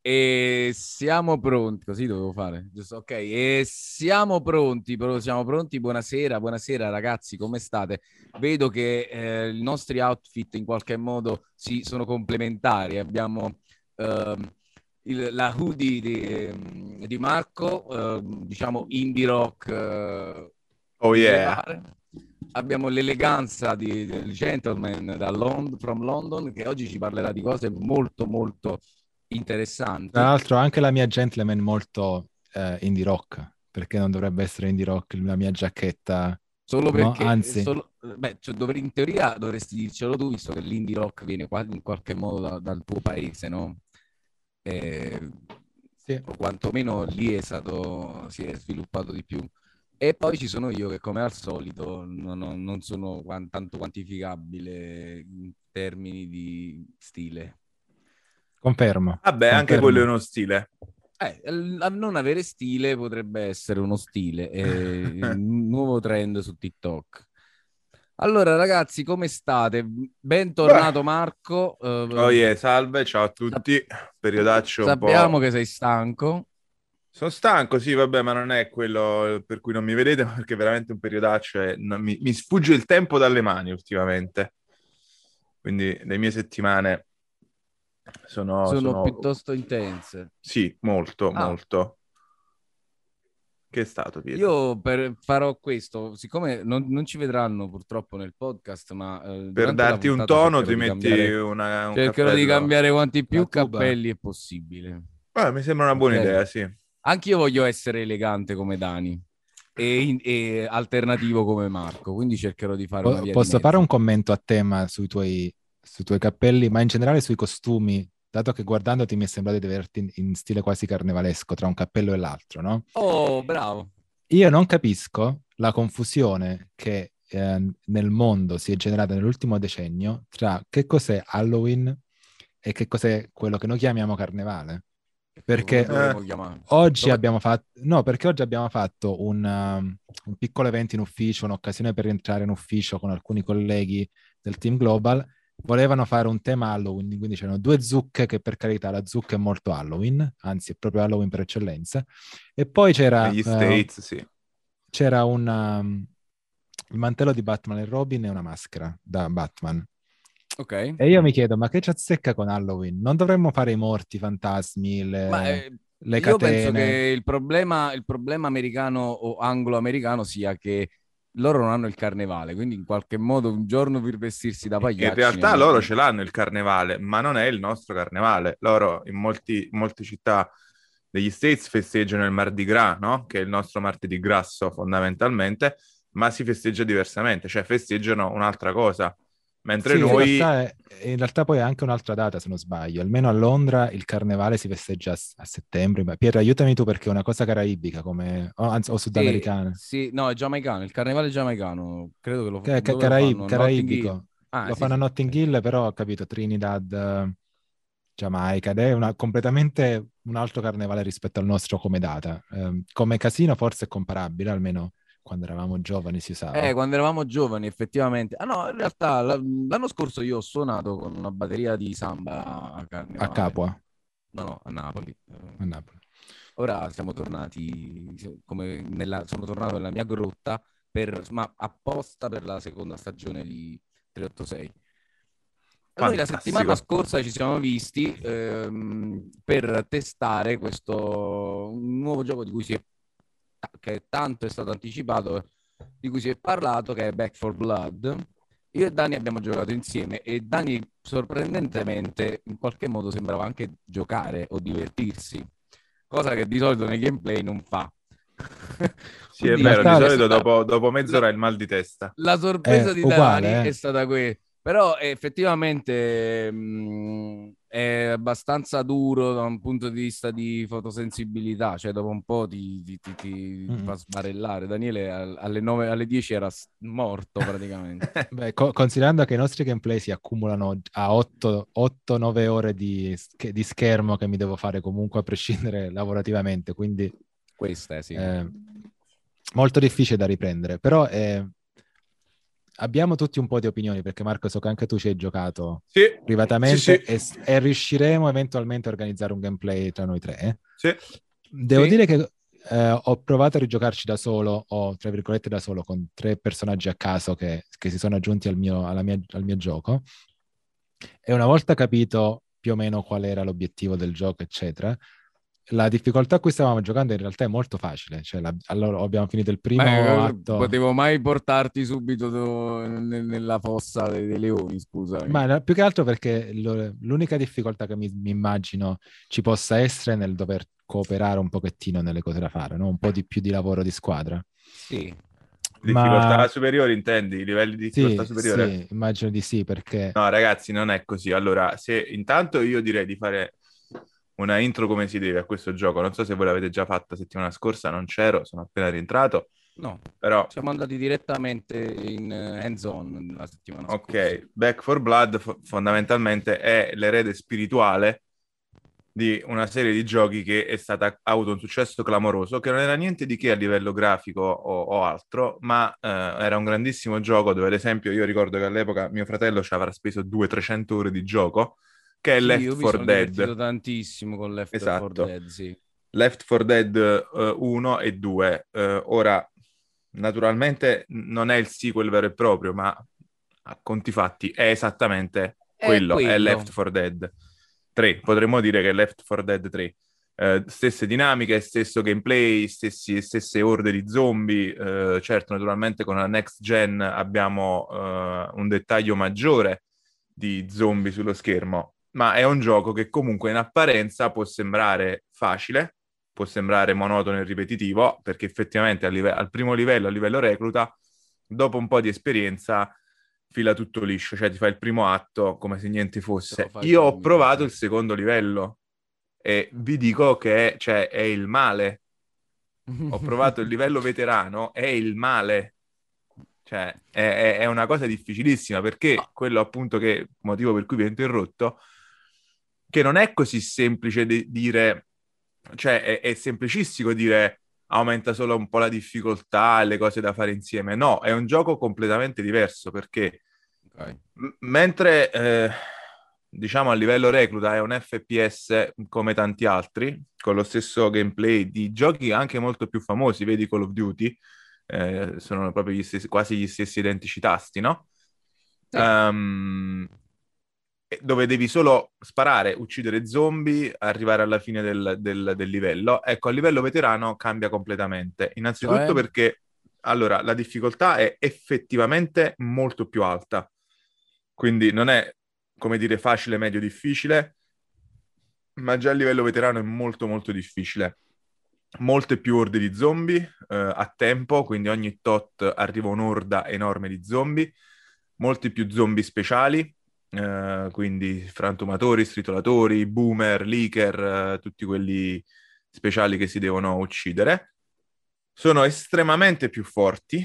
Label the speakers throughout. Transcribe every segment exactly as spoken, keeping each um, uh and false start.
Speaker 1: E siamo pronti, così dovevo fare, giusto? Ok, e siamo pronti, però siamo pronti. Buonasera, buonasera ragazzi, come state? Vedo che eh, i nostri outfit in qualche modo si sono complementari. Abbiamo ehm, il- la hoodie di, ehm, di Marco, ehm, diciamo indie rock eh,
Speaker 2: Oh yeah.
Speaker 1: medievale. Abbiamo l'eleganza di, del gentleman da Lond- from London, che oggi ci parlerà di cose molto molto
Speaker 3: Tra
Speaker 1: interessanti.
Speaker 3: l'altro anche la mia gentleman molto eh, indie rock, perché non dovrebbe essere indie rock la mia giacchetta,
Speaker 1: Solo
Speaker 3: no?
Speaker 1: perché,
Speaker 3: Anzi,
Speaker 1: solo, beh, cioè, dovre- in teoria dovresti dircelo tu, visto che l'indie rock viene quasi in qualche modo da- dal tuo paese, no? Eh,
Speaker 3: sì.
Speaker 1: o quantomeno lì è stato, si è sviluppato di più. E poi ci sono io che, come al solito, non, ho- non sono quan- tanto quantificabile in termini di stile.
Speaker 3: Confermo,
Speaker 2: Vabbè, anche quello è
Speaker 3: confermo.
Speaker 2: uno stile.
Speaker 1: Eh, l- a non avere stile potrebbe essere uno stile, è un nuovo trend su TikTok. Allora, ragazzi, come state?
Speaker 2: Beh,
Speaker 1: Bentornato Marco.
Speaker 2: oh
Speaker 1: Eh,
Speaker 2: yeah, salve, ciao a
Speaker 1: sap-
Speaker 2: tutti. Periodaccio un
Speaker 1: sappiamo
Speaker 2: po'.
Speaker 1: che sei stanco.
Speaker 2: Sono stanco, sì, vabbè, ma non è quello per cui non mi vedete, ma perché è veramente un periodaccio e non- mi, mi sfugge il tempo dalle mani ultimamente. Quindi le mie settimane sono,
Speaker 1: Sono
Speaker 2: sono...
Speaker 1: piuttosto intense.
Speaker 2: Sì, molto,
Speaker 1: Ah,
Speaker 2: molto. Che è stato, Pietro?
Speaker 1: io per- farò questo, siccome non, non ci vedranno purtroppo nel podcast, ma eh,
Speaker 2: Per
Speaker 1: durante la
Speaker 2: darti un
Speaker 1: puntata
Speaker 2: tono
Speaker 1: cercherò
Speaker 2: ti
Speaker 1: di
Speaker 2: metti
Speaker 1: cambiare,
Speaker 2: una- un
Speaker 1: cercherò di
Speaker 2: cappello.
Speaker 1: cambiare quanti
Speaker 3: La
Speaker 1: più
Speaker 3: tuba.
Speaker 1: cappelli è possibile.
Speaker 2: Ah, mi sembra una buona
Speaker 1: Ok?
Speaker 2: idea, sì.
Speaker 1: Anch'io voglio essere elegante come Dani e, in- e alternativo come Marco, quindi cercherò di fare una
Speaker 3: Po-
Speaker 1: via di
Speaker 3: posso fare
Speaker 1: mezzo.
Speaker 3: un commento a tema sui tuoi, sui tuoi cappelli, ma in generale sui costumi, dato che guardandoti mi è sembrato di vederti in, in stile quasi carnevalesco tra un cappello e l'altro, no?
Speaker 1: Oh, bravo.
Speaker 3: Io non capisco la confusione che eh, nel mondo si è generata nell'ultimo decennio tra che cos'è Halloween e che cos'è quello che noi chiamiamo carnevale.
Speaker 1: Come
Speaker 3: Perché
Speaker 2: Eh,
Speaker 1: dovremmo chiamarlo?
Speaker 3: oggi
Speaker 1: Come-
Speaker 3: abbiamo fatto, no, perché oggi abbiamo fatto un, um, un piccolo evento in ufficio, un'occasione per rientrare in ufficio con alcuni colleghi del team Global. Volevano fare un tema Halloween, quindi c'erano due zucche che per carità la zucca è molto Halloween, anzi è proprio Halloween per eccellenza. E poi c'era
Speaker 2: negli
Speaker 3: eh,
Speaker 2: States, sì.
Speaker 3: c'era un, um, il mantello di Batman e Robin e una maschera da Batman.
Speaker 1: Ok.
Speaker 3: E io mi chiedo, ma che ci azzecca con Halloween? Non dovremmo fare i morti, i fantasmi,
Speaker 1: Ma
Speaker 3: le,
Speaker 1: eh,
Speaker 3: le
Speaker 1: io penso
Speaker 3: catene?
Speaker 1: che il problema, il problema americano o anglo-americano sia che loro non hanno il carnevale, quindi in qualche modo un giorno per vestirsi da
Speaker 2: In
Speaker 1: pagliacci
Speaker 2: realtà loro
Speaker 1: nel...
Speaker 2: ce l'hanno il carnevale, ma non è il nostro carnevale. Loro in molti- in molte città degli States festeggiano il Mardi Gras, no? Che è il nostro martedì grasso fondamentalmente, ma si festeggia diversamente, cioè festeggiano un'altra cosa. Mentre
Speaker 3: Sì, in
Speaker 2: noi,
Speaker 3: realtà, è- in realtà poi è anche un'altra data, se non sbaglio. Almeno a Londra il carnevale si festeggia a, a settembre. Ma Pietro, aiutami tu perché è una cosa caraibica, come, o, anzi, o
Speaker 1: Sì,
Speaker 3: sudamericana.
Speaker 1: sì, no, è giamaicano, il carnevale giamaicano, credo che lo...
Speaker 3: Che, che
Speaker 1: Dove lo
Speaker 3: caraib-
Speaker 1: fanno? Notting Hill.
Speaker 3: caraibico.
Speaker 1: Ah,
Speaker 3: Lo
Speaker 1: sì,
Speaker 3: fanno a
Speaker 1: sì.
Speaker 3: Notting
Speaker 1: Eh.
Speaker 3: Hill, però ho capito, Trinidad, eh, Giamaica, ed è una, completamente un altro carnevale rispetto al nostro come data. Ehm, come casino forse è comparabile, almeno quando eravamo giovani si
Speaker 1: Eh,
Speaker 3: usava.
Speaker 1: quando eravamo giovani, effettivamente. Ah no, in realtà la- l'anno scorso io ho suonato con una batteria di samba a
Speaker 3: A
Speaker 1: Carnevale.
Speaker 3: Capua,
Speaker 1: No, no, a Napoli.
Speaker 3: a
Speaker 1: Eh,
Speaker 3: Napoli.
Speaker 1: Ora siamo tornati, come nella, sono tornato nella mia grotta, per, ma apposta per la seconda stagione di trecentoottantasei. Noi la settimana
Speaker 2: fantastico.
Speaker 1: scorsa ci siamo visti ehm, per testare questo nuovo gioco di cui si è, che tanto è stato anticipato, di cui si è parlato, che è Back for Blood. Io e Dani abbiamo giocato insieme e Dani sorprendentemente in qualche modo sembrava anche giocare o divertirsi, cosa che di solito nei gameplay non fa.
Speaker 2: Sì, è
Speaker 3: In
Speaker 1: Quindi
Speaker 2: vero, di
Speaker 3: realtà
Speaker 1: è
Speaker 2: solito
Speaker 1: stata
Speaker 2: dopo, dopo mezz'ora
Speaker 1: la,
Speaker 2: hai il mal di testa.
Speaker 1: la
Speaker 3: è
Speaker 1: sorpresa di Dani
Speaker 3: uguale,
Speaker 1: è
Speaker 3: eh.
Speaker 1: stata questa. Però effettivamente mh, è abbastanza duro da un punto di vista di fotosensibilità, cioè dopo un po' ti, ti- ti- ti
Speaker 3: Mm.
Speaker 1: fa sbarellare. Daniele al- alle nove, alle dieci era s- morto praticamente.
Speaker 3: Beh, co- considerando che i nostri gameplay si accumulano a otto nove ore di, sch- di schermo che mi devo fare comunque a prescindere lavorativamente, quindi
Speaker 1: Questa è sì.
Speaker 3: eh, molto difficile da riprendere, però eh, abbiamo tutti un po' di opinioni, perché Marco, so che anche tu ci hai giocato
Speaker 2: Sì,
Speaker 3: privatamente
Speaker 2: sì, sì,
Speaker 3: e, e riusciremo eventualmente a organizzare un gameplay tra noi tre. eh.
Speaker 2: sì,
Speaker 3: Devo
Speaker 2: sì.
Speaker 3: dire che eh, ho provato a rigiocarci da solo, o tra virgolette da solo, con tre personaggi a caso che, che si sono aggiunti al mio, alla mia- al mio gioco. E una volta capito più o meno qual era l'obiettivo del gioco, eccetera, la difficoltà a cui stavamo giocando in realtà è molto facile. Cioè, la- allora abbiamo finito il primo
Speaker 1: Beh,
Speaker 3: atto.
Speaker 1: potevo mai portarti subito do- ne- nella fossa dei, dei leoni, scusami.
Speaker 3: Ma no, più che altro perché lo- l'unica difficoltà che mi, mi immagino ci possa essere nel dover cooperare un pochettino nelle cose da fare, no? Un po' di più di lavoro di squadra.
Speaker 1: Sì.
Speaker 3: Ma
Speaker 2: Difficoltà superiori, intendi? Livelli di difficoltà
Speaker 3: sì,
Speaker 2: superiore?
Speaker 3: sì, immagino di sì, perché
Speaker 2: No, ragazzi, non è così. Allora, se intanto io direi di fare una intro come si deve a questo gioco. Non so se voi l'avete già fatta settimana scorsa, non c'ero, sono appena rientrato,
Speaker 1: No,
Speaker 2: però
Speaker 1: siamo andati direttamente in eh, hands-on la settimana scorsa.
Speaker 2: ok, Back for Blood fo- fondamentalmente è l'erede spirituale di una serie di giochi che è stata, ha avuto un successo clamoroso, che non era niente di che a livello grafico o, o altro, ma eh, era un grandissimo gioco dove, ad esempio, io ricordo che all'epoca mio fratello ci avrà speso duecento trecento ore di gioco, che è
Speaker 1: Sì,
Speaker 2: Left
Speaker 1: io mi
Speaker 2: four
Speaker 1: sono divertito
Speaker 2: Dead.
Speaker 1: tantissimo con Left four
Speaker 2: Esatto.
Speaker 1: Dead, sì.
Speaker 2: Left four Dead eh, uno e due. Eh, ora, naturalmente non è il sequel vero e proprio, ma a conti fatti è esattamente
Speaker 1: È
Speaker 2: quello, è Left
Speaker 1: quello.
Speaker 2: four Dead tre. Potremmo dire che è Left four Dead tre. Eh, stesse dinamiche, stesso gameplay, stessi, stesse orde di zombie. Eh, certo, naturalmente con la next gen abbiamo eh, un dettaglio maggiore di zombie sullo schermo, ma è un gioco che comunque in apparenza può sembrare facile, può sembrare monotono e ripetitivo, perché effettivamente a live- al primo livello, a livello recluta, dopo un po' di esperienza fila tutto liscio, cioè ti fai il primo atto come se niente
Speaker 1: Te lo
Speaker 2: fosse.
Speaker 1: fai
Speaker 2: Io ho provato
Speaker 1: subito.
Speaker 2: il secondo livello e vi dico che cioè, è il male. Ho provato il livello veterano, è il male. Cioè, è, è- è una cosa difficilissima perché quello appunto che motivo per cui vi ho interrotto, che non è così semplice di dire, cioè è, è semplicissimo dire aumenta solo un po' la difficoltà e le cose da fare insieme. No, è un gioco completamente diverso perché
Speaker 1: Ok.
Speaker 2: m- mentre eh, diciamo a livello recluta è un F P S come tanti altri, con lo stesso gameplay di giochi anche molto più famosi, vedi Call of Duty, eh, sono proprio gli stessi, quasi gli stessi identici tasti, no?
Speaker 1: Sì.
Speaker 2: Ehm, dove devi solo sparare, uccidere zombie, arrivare alla fine del, del- del livello. Ecco, a livello veterano cambia completamente.
Speaker 1: Cioè?
Speaker 2: Innanzitutto perché, allora, la difficoltà è effettivamente molto più alta. Quindi non è, come dire, facile, medio, difficile, ma già a livello veterano è molto, molto difficile. Molte più orde di zombie eh, a tempo, quindi ogni tot arriva un'orda enorme di zombie, molti più zombie speciali, eh, quindi frantumatori, stritolatori, boomer, leaker, eh, tutti quelli speciali che si devono uccidere. Sono estremamente più forti,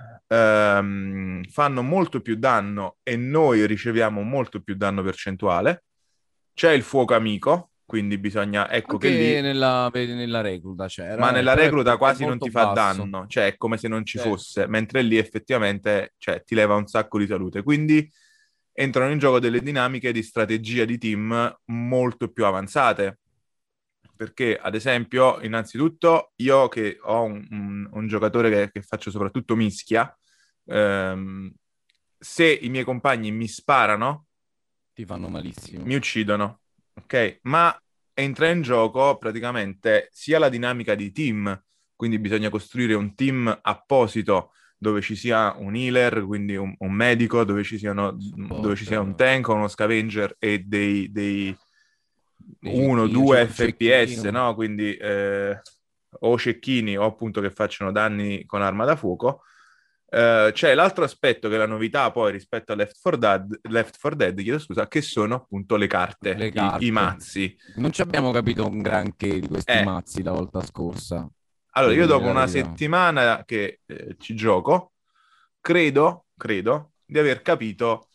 Speaker 2: ehm, fanno molto più danno e noi riceviamo molto più danno percentuale. C'è il fuoco amico, quindi bisogna, ecco che
Speaker 1: Anche
Speaker 2: lì
Speaker 1: nella, nella recluta
Speaker 2: ma
Speaker 1: c'era, eh,
Speaker 2: nella
Speaker 1: però è,
Speaker 2: recluta
Speaker 1: è
Speaker 2: quasi non
Speaker 1: molto
Speaker 2: ti fa
Speaker 1: basso.
Speaker 2: danno, cioè è come se non ci fosse,
Speaker 1: Certo.
Speaker 2: mentre lì effettivamente cioè, ti leva un sacco di salute. Quindi entrano in gioco delle dinamiche di strategia di team molto più avanzate. Perché, ad esempio, innanzitutto, io che ho un, un- un giocatore che, che faccio soprattutto mischia, ehm, se i miei compagni mi sparano,
Speaker 1: Ti fanno malissimo.
Speaker 2: mi uccidono, ok? Ma entra in gioco praticamente sia la dinamica di team, quindi bisogna costruire un team apposito dove ci sia un healer, quindi un, un medico, dove ci siano, dove ci sia un
Speaker 1: Supporter,
Speaker 2: tank, uno scavenger e dei, dei
Speaker 1: dei
Speaker 2: uno,
Speaker 1: cecchini,
Speaker 2: due
Speaker 1: un
Speaker 2: F P S,
Speaker 1: cecchino.
Speaker 2: no? Quindi eh, o cecchini o appunto che facciano danni con arma da fuoco. Eh, c'è l'altro aspetto che è la novità poi rispetto a Left four Dead, Left four Dead, chiedo scusa, che sono appunto le carte,
Speaker 1: Le
Speaker 2: i, i
Speaker 1: carte.
Speaker 2: mazzi.
Speaker 1: Non ci abbiamo capito un granché di questi
Speaker 2: Eh,
Speaker 1: mazzi la volta scorsa,
Speaker 2: allora
Speaker 1: devo
Speaker 2: io
Speaker 1: dire
Speaker 2: dopo
Speaker 1: la
Speaker 2: una
Speaker 1: verità.
Speaker 2: settimana che eh, ci gioco, credo, credo di aver capito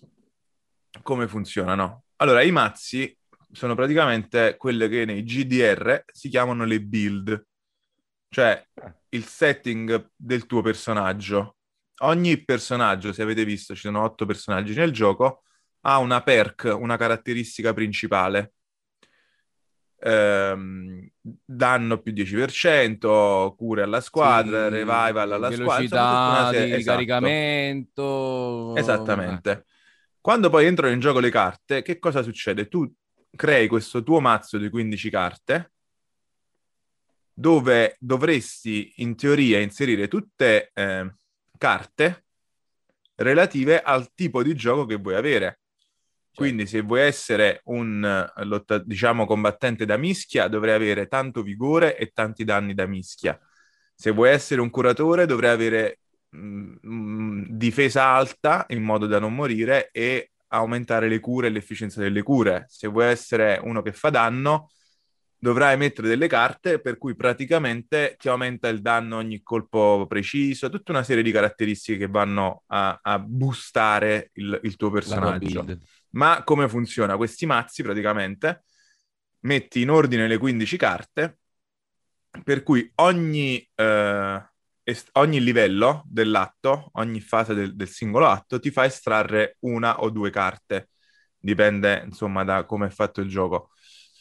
Speaker 2: come funzionano. Allora, i mazzi sono praticamente quelle che nei G D R si chiamano le build, cioè il setting del tuo personaggio. ogni personaggio, se avete visto, ci sono otto personaggi nel gioco, ha una perk, una caratteristica principale. Ehm, danno più dieci per cento, cure alla squadra,
Speaker 1: Sì,
Speaker 2: revival alla squadra, insomma tutta una
Speaker 1: velocità
Speaker 2: serie.
Speaker 1: di
Speaker 2: Esatto,
Speaker 1: ricaricamento. eh.
Speaker 2: esattamente. Quando poi entrano in gioco le carte, che cosa succede? Tu crei questo tuo mazzo di quindici carte dove dovresti in teoria inserire tutte eh, carte relative al tipo di gioco che vuoi avere. Quindi se vuoi essere un eh, lotta- diciamo combattente da mischia, dovrai avere tanto vigore e tanti danni da mischia. Se vuoi essere un curatore, dovrai avere mh, mh, difesa alta in modo da non morire e aumentare le cure e l'efficienza delle cure. Se vuoi essere uno che fa danno, dovrai mettere delle carte per cui praticamente ti aumenta il danno ogni colpo preciso, tutta una serie di caratteristiche che vanno a, a boostare il, il tuo
Speaker 1: La tua
Speaker 2: personaggio.
Speaker 1: build.
Speaker 2: Ma come funziona? Questi mazzi praticamente metti in ordine le quindici carte, per cui ogni, eh, est- ogni livello dell'atto, ogni fase del, del singolo atto ti fa estrarre una o due carte, dipende insomma da come è fatto il gioco,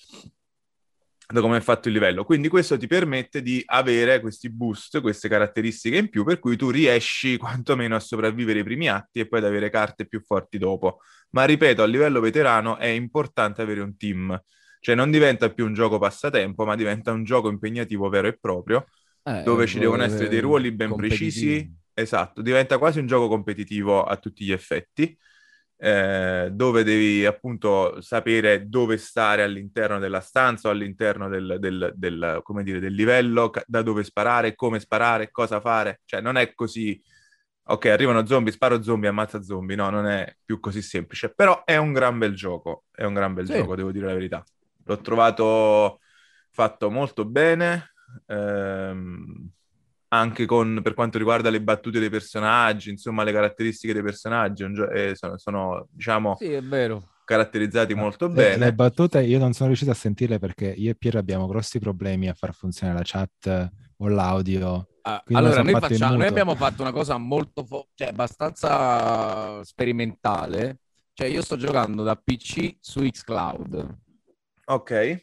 Speaker 2: da come è fatto il livello. Quindi questo ti permette di avere questi boost, queste caratteristiche in più, per cui tu riesci quantomeno a sopravvivere i primi atti e poi ad avere carte più forti dopo. Ma ripeto, a livello veterano è importante avere un team, cioè non diventa più un gioco passatempo, ma diventa un gioco impegnativo vero e proprio,
Speaker 1: Eh,
Speaker 2: dove ci devono essere dei
Speaker 1: eh,
Speaker 2: ruoli ben
Speaker 1: competitivo.
Speaker 2: precisi. Esatto, diventa quasi un gioco competitivo a tutti gli effetti, eh, dove devi appunto sapere dove stare all'interno della stanza o all'interno del, del, del, come dire, del livello, ca- da dove sparare, come sparare, cosa fare. Cioè non è così, ok, arrivano zombie, sparo zombie, ammazza zombie. No, non è più così semplice. Però è un gran bel gioco, è un gran bel
Speaker 1: Sì.
Speaker 2: gioco, devo dire la verità. L'ho trovato fatto molto bene, ehm, anche con, per quanto riguarda le battute dei personaggi, insomma, le caratteristiche dei personaggi, un gio- eh, sono, sono, diciamo,
Speaker 1: Sì, è vero.
Speaker 2: caratterizzati
Speaker 3: No,
Speaker 2: molto
Speaker 3: le, le
Speaker 2: bene.
Speaker 3: battute io non sono riuscito a sentirle perché io e Piero abbiamo grossi problemi a far funzionare la chat o l'audio,
Speaker 1: Ah,
Speaker 3: quindi me lo
Speaker 1: allora,
Speaker 3: sono
Speaker 1: noi,
Speaker 3: fatto in
Speaker 1: facciamo, noi
Speaker 3: muto.
Speaker 1: abbiamo fatto una cosa molto, fo- cioè abbastanza sperimentale. Cioè, io sto giocando da P C su xCloud,
Speaker 2: Ok.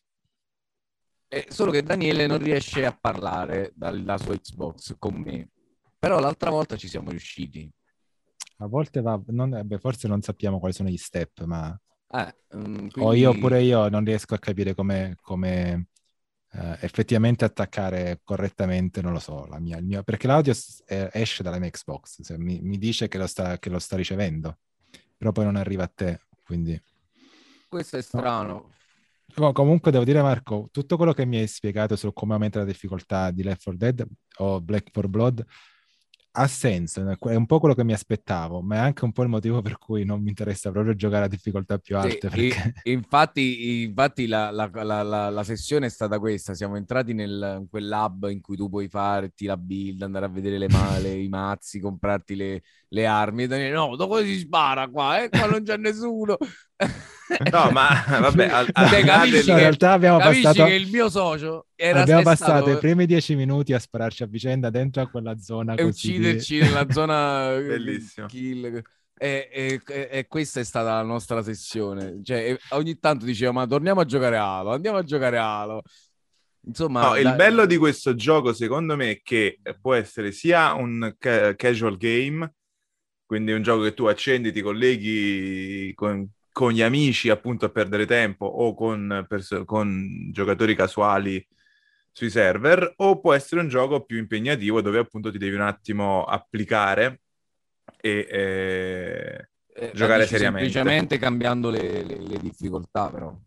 Speaker 1: e solo che Daniele non riesce a parlare dalla sua Xbox con me. Però l'altra volta ci siamo riusciti.
Speaker 3: A volte va, non- eh, beh, forse non sappiamo quali sono gli step, ma
Speaker 1: Eh, mm,
Speaker 3: o io oppure
Speaker 1: quindi
Speaker 3: io non riesco a capire come, come, eh, effettivamente attaccare correttamente, non lo so, la mia, il mio, perché l'audio s- eh, esce dalla mia Xbox, cioè, mi, mi dice che lo sta, che lo sta ricevendo, però poi non arriva a te, quindi...
Speaker 1: questo è
Speaker 3: no.
Speaker 1: strano.
Speaker 3: Com- Comunque devo dire, Marco, tutto quello che mi hai spiegato su come aumenta la difficoltà di Left four Dead o Black four Blood ha senso, è un po' quello che mi aspettavo, ma è anche un po' il motivo per cui non mi interessa proprio giocare a difficoltà più
Speaker 1: Sì,
Speaker 3: alte,
Speaker 1: e-
Speaker 3: perché
Speaker 1: infatti, infatti la, la- la- la- la sessione è stata questa. Siamo entrati nel, in quel lab in cui tu puoi farti la build, andare a vedere le male, i mazzi, comprarti le, le armi. E Daniele, no, dove si spara qua? Eh? Qua non c'è nessuno.
Speaker 2: No, ma vabbè, al, al
Speaker 1: Cioè,
Speaker 2: di là
Speaker 1: capisci
Speaker 3: no, in
Speaker 2: del...
Speaker 1: che,
Speaker 3: realtà abbiamo
Speaker 1: capisci che
Speaker 3: passato,
Speaker 1: il mio socio era,
Speaker 3: abbiamo
Speaker 1: è
Speaker 3: passato i
Speaker 1: stato
Speaker 3: primi dieci minuti a spararci a vicenda dentro a quella zona
Speaker 1: e
Speaker 3: così di...
Speaker 1: ucciderci nella zona eh,
Speaker 2: Bellissimo.
Speaker 1: kill. E, e- e- e questa è stata la nostra sessione. Cioè, e ogni tanto diceva: Ma torniamo a giocare a Halo, andiamo a giocare a Halo.
Speaker 2: No,
Speaker 1: Insomma,
Speaker 2: il
Speaker 1: da-
Speaker 2: bello di questo gioco, secondo me, è che può essere sia un ca- casual game, quindi un gioco che tu accendi, ti colleghi con, con gli amici appunto a perdere tempo o con, perso- con giocatori casuali sui server, o può essere un gioco più impegnativo dove appunto ti devi un attimo applicare e eh,
Speaker 1: eh, la
Speaker 2: giocare
Speaker 1: dici
Speaker 2: seriamente.
Speaker 1: semplicemente cambiando le, le- le difficoltà, però.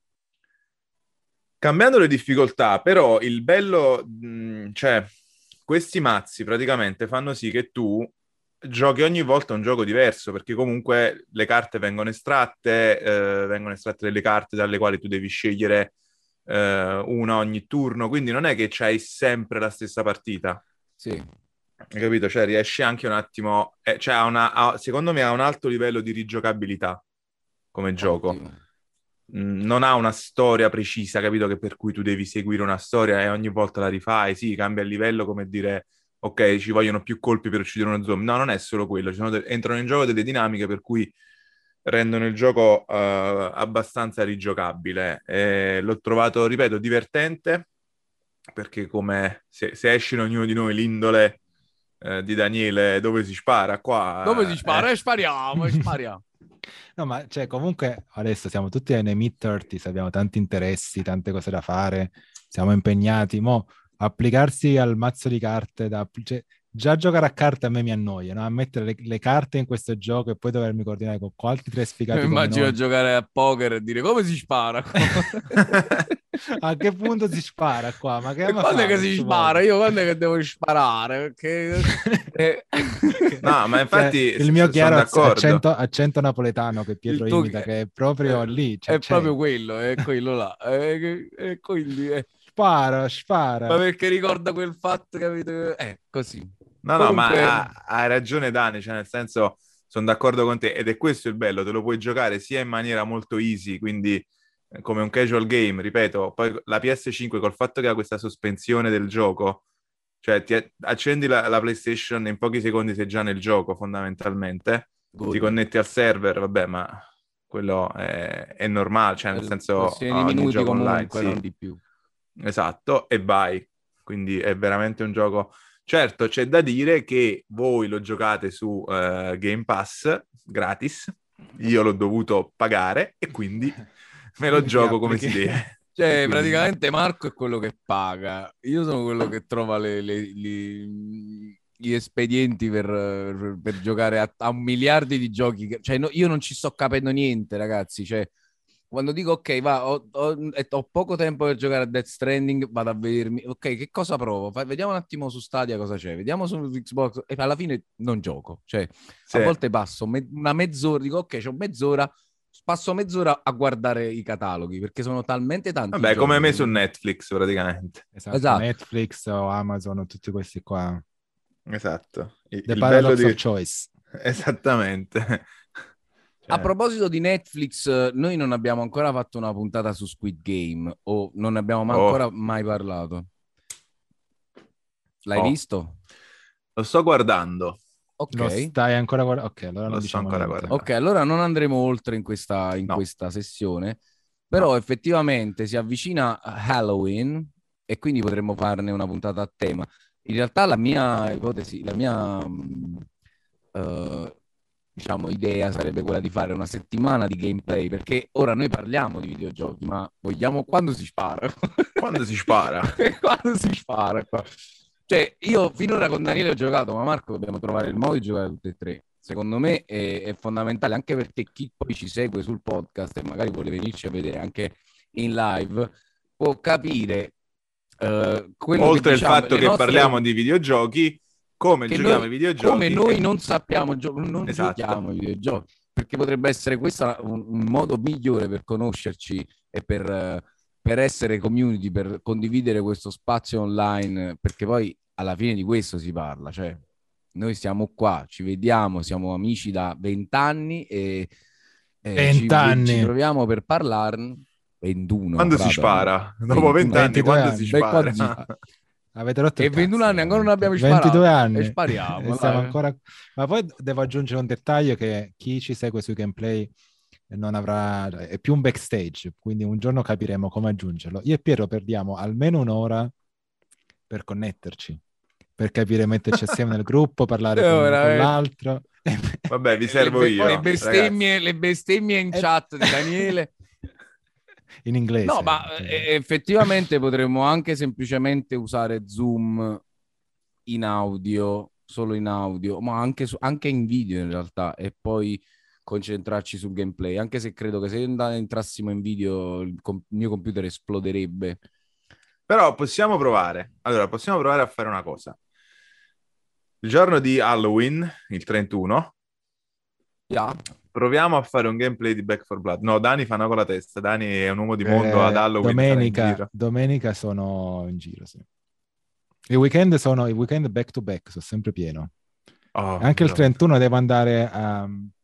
Speaker 2: Cambiando le difficoltà, però il bello, mh, cioè, questi mazzi praticamente fanno sì che tu giochi ogni volta un gioco diverso, perché comunque le carte vengono estratte, eh, vengono estratte delle carte dalle quali tu devi scegliere eh, una ogni turno, quindi non è che c'hai sempre la stessa partita,
Speaker 1: Sì,
Speaker 2: hai capito? Cioè riesci anche un attimo, eh, cioè ha una, ha- secondo me ha un alto livello di rigiocabilità come gioco.
Speaker 1: ottimo.
Speaker 2: Mm, non ha una storia precisa, capito? Che per cui tu devi seguire una storia e ogni volta la rifai. Sì, cambia il livello, come dire, ok, ci vogliono più colpi per uccidere uno zombie. No, non è solo quello, ci sono de- entrano in gioco delle dinamiche per cui rendono il gioco eh, abbastanza rigiocabile. Eh, l'ho trovato, ripeto, divertente, perché come se, se esce in ognuno di noi l'indole eh, di Daniele dove si spara,
Speaker 1: Dove si
Speaker 2: qua...
Speaker 1: spara?
Speaker 2: eh,
Speaker 1: E spariamo, e spariamo.
Speaker 3: No, ma cioè, comunque adesso siamo tutti nei mid trenta, abbiamo tanti interessi, tante cose da fare, siamo impegnati. Mo' applicarsi al mazzo di carte, da, cioè, già giocare a carte a me mi annoia, no? A mettere le, le carte in questo gioco e poi dovermi coordinare con altri tre sfigati come
Speaker 1: Immagino
Speaker 3: noi.
Speaker 1: giocare a poker e dire come si spara.
Speaker 3: A che punto si spara qua? Ma che
Speaker 1: E
Speaker 3: ama
Speaker 1: quando è che
Speaker 3: fare
Speaker 1: si
Speaker 3: sto
Speaker 1: spara?
Speaker 3: poker?
Speaker 1: Io quando è che devo sparare? Perché... eh,
Speaker 2: No, ma
Speaker 3: Cioè,
Speaker 2: infatti
Speaker 3: il mio
Speaker 2: sono
Speaker 3: chiaro acc-
Speaker 2: d'accordo.
Speaker 3: accento, accento napoletano che Pietro
Speaker 1: il tuo...
Speaker 3: imita, che è proprio
Speaker 1: eh,
Speaker 3: lì, cioè,
Speaker 1: è
Speaker 3: c'è.
Speaker 1: proprio quello, è quello là. E, e quindi... eh,
Speaker 3: Spara,
Speaker 1: ma
Speaker 3: spara.
Speaker 1: perché ricorda quel fatto, capito? Eh, così.
Speaker 2: No, no, ma
Speaker 1: Comunque...
Speaker 2: ha- hai ragione Dani, cioè nel senso sono d'accordo con te ed è questo il bello, te lo puoi giocare sia in maniera molto easy, quindi eh, come un casual game, ripeto, poi la P S cinque col fatto che ha questa sospensione del gioco, cioè ti accendi la, la PlayStation e in pochi secondi sei già nel gioco fondamentalmente,
Speaker 1: good.
Speaker 2: ti connetti al server, vabbè, ma quello è, è normale, cioè nel senso
Speaker 1: Questione di
Speaker 2: ogni
Speaker 1: minuti
Speaker 2: gioco online,
Speaker 1: comunque,
Speaker 2: sì,
Speaker 1: non di più.
Speaker 2: esatto, e vai, quindi è veramente un gioco. Certo, c'è da dire che voi lo giocate su eh, Game Pass gratis, io l'ho dovuto pagare e quindi me lo
Speaker 3: Quindi ti
Speaker 2: gioco come
Speaker 3: applichi.
Speaker 2: si deve. E
Speaker 1: Cioè,
Speaker 2: quindi no.
Speaker 1: praticamente Marco è quello che paga. Io sono quello che trova le- le- gli, gli espedienti per, per- per giocare a, a un miliardi di giochi. che- Cioè, no- io non ci sto capendo niente, ragazzi. Cioè, quando dico ok, va, ho, ho- e ho poco tempo per giocare a Death Stranding, vado a vedermi, ok, che cosa provo? Fa- vediamo un attimo su Stadia cosa c'è, vediamo su Xbox e alla fine non gioco. Cioè, a
Speaker 2: Sì.
Speaker 1: volte passo me- una mezz'ora, dico ok, c'ho mezz'ora, passo mezz'ora a guardare i cataloghi perché sono talmente tanti
Speaker 2: Vabbè, come me
Speaker 1: giochi.
Speaker 2: su Netflix praticamente.
Speaker 3: Esatto,
Speaker 1: Esatto.
Speaker 3: Netflix o Amazon o tutti questi qua.
Speaker 2: Esatto. Il,
Speaker 3: The
Speaker 2: il bello
Speaker 3: paradox of
Speaker 2: di...
Speaker 3: choice.
Speaker 2: Esattamente.
Speaker 1: A
Speaker 2: Cioè,
Speaker 1: proposito di Netflix, eh, noi non abbiamo ancora fatto una puntata su Squid Game o non ne abbiamo ma-
Speaker 2: oh,
Speaker 1: ancora mai parlato. L'hai
Speaker 2: oh,
Speaker 1: visto?
Speaker 2: lo sto guardando,
Speaker 1: Ok.
Speaker 3: Lo stai ancora guardando? Ok, allora
Speaker 2: lo
Speaker 3: non
Speaker 2: sto
Speaker 3: diciamo
Speaker 2: ancora
Speaker 3: niente.
Speaker 2: guardando.
Speaker 1: Ok, allora non andremo oltre in questa, in
Speaker 2: No,
Speaker 1: questa sessione,
Speaker 2: no.
Speaker 1: però effettivamente si avvicina Halloween e quindi potremmo farne una puntata a tema. In realtà la mia ipotesi, la mia mh, eh, diciamo, idea sarebbe quella di fare una settimana di gameplay, perché ora noi parliamo di videogiochi, ma vogliamo quando si spara?
Speaker 2: Quando si spara?
Speaker 1: Quando si spara qua. Cioè, io finora con Daniele ho giocato, ma Marco dobbiamo trovare il modo di giocare tutte e tre. Secondo me è, è fondamentale, anche perché chi poi ci segue sul podcast e magari vuole venirci a vedere anche in live, può capire eh, quello
Speaker 2: Oltre
Speaker 1: che
Speaker 2: il
Speaker 1: diciamo,
Speaker 2: fatto
Speaker 1: le
Speaker 2: che
Speaker 1: nostre...
Speaker 2: parliamo di videogiochi, come
Speaker 1: che
Speaker 2: giochiamo
Speaker 1: noi,
Speaker 2: ai videogiochi.
Speaker 1: come noi
Speaker 2: e-
Speaker 1: non sappiamo, gio- non
Speaker 2: Esatto.
Speaker 1: giochiamo ai videogiochi, perché potrebbe essere questo un, un modo migliore per conoscerci e per, eh, per essere community, per condividere questo spazio online, perché poi alla fine di questo si parla, cioè noi siamo qua, ci vediamo, siamo amici da vent'anni e, e ci, ci
Speaker 3: Vent'anni.
Speaker 1: troviamo per parlarne. ventuno,
Speaker 2: Quando si
Speaker 1: frate,
Speaker 2: spara? Dopo
Speaker 1: ventuno.
Speaker 2: vent'anni,
Speaker 3: ventidue
Speaker 2: quando si
Speaker 3: anni.
Speaker 1: Becco a
Speaker 2: spara?
Speaker 1: zio.
Speaker 3: Ah, avete rotto
Speaker 1: E
Speaker 3: il
Speaker 1: ventuno
Speaker 3: cazzo,
Speaker 1: anni ancora non
Speaker 3: veramente.
Speaker 1: abbiamo
Speaker 3: ventidue
Speaker 1: sparato
Speaker 3: anni
Speaker 1: e spariamo.
Speaker 3: e stiamo
Speaker 1: dai.
Speaker 3: ancora. Ma poi devo aggiungere un dettaglio che chi ci segue sui gameplay non avrà, è più un backstage, quindi un giorno capiremo come aggiungerlo. Io e Piero perdiamo almeno un'ora per connetterci, per capire, metterci assieme nel gruppo, parlare con
Speaker 1: No,
Speaker 3: uno con
Speaker 1: veramente.
Speaker 3: l'altro.
Speaker 2: Vabbè, vi
Speaker 1: Le,
Speaker 2: servo
Speaker 1: be-
Speaker 2: io,
Speaker 1: le bestemmie,
Speaker 2: ragazzi.
Speaker 1: le bestemmie in
Speaker 3: Eh,
Speaker 1: chat di Daniele.
Speaker 3: in inglese.
Speaker 1: No, ma eh, effettivamente potremmo anche semplicemente usare Zoom in audio, solo in audio, ma anche, su- anche in video in realtà, e poi concentrarci sul gameplay, anche se credo che se and- entrassimo in video il, com- il mio computer esploderebbe.
Speaker 2: Però possiamo provare. Allora, possiamo provare a fare una cosa. Il giorno di Halloween, il trentuno,
Speaker 1: Yeah.
Speaker 2: proviamo a fare un gameplay di Back four Blood. No, Dani fa una con la testa. Dani è un uomo di mondo, ad
Speaker 3: Eh,
Speaker 2: Halloween sarà in
Speaker 3: domenica,
Speaker 2: giro.
Speaker 3: domenica sono in giro, sì. Il weekend sono i weekend back to back, sono sempre pieno.
Speaker 2: Oh,
Speaker 3: E anche il
Speaker 2: no.
Speaker 3: trentuno devo andare a,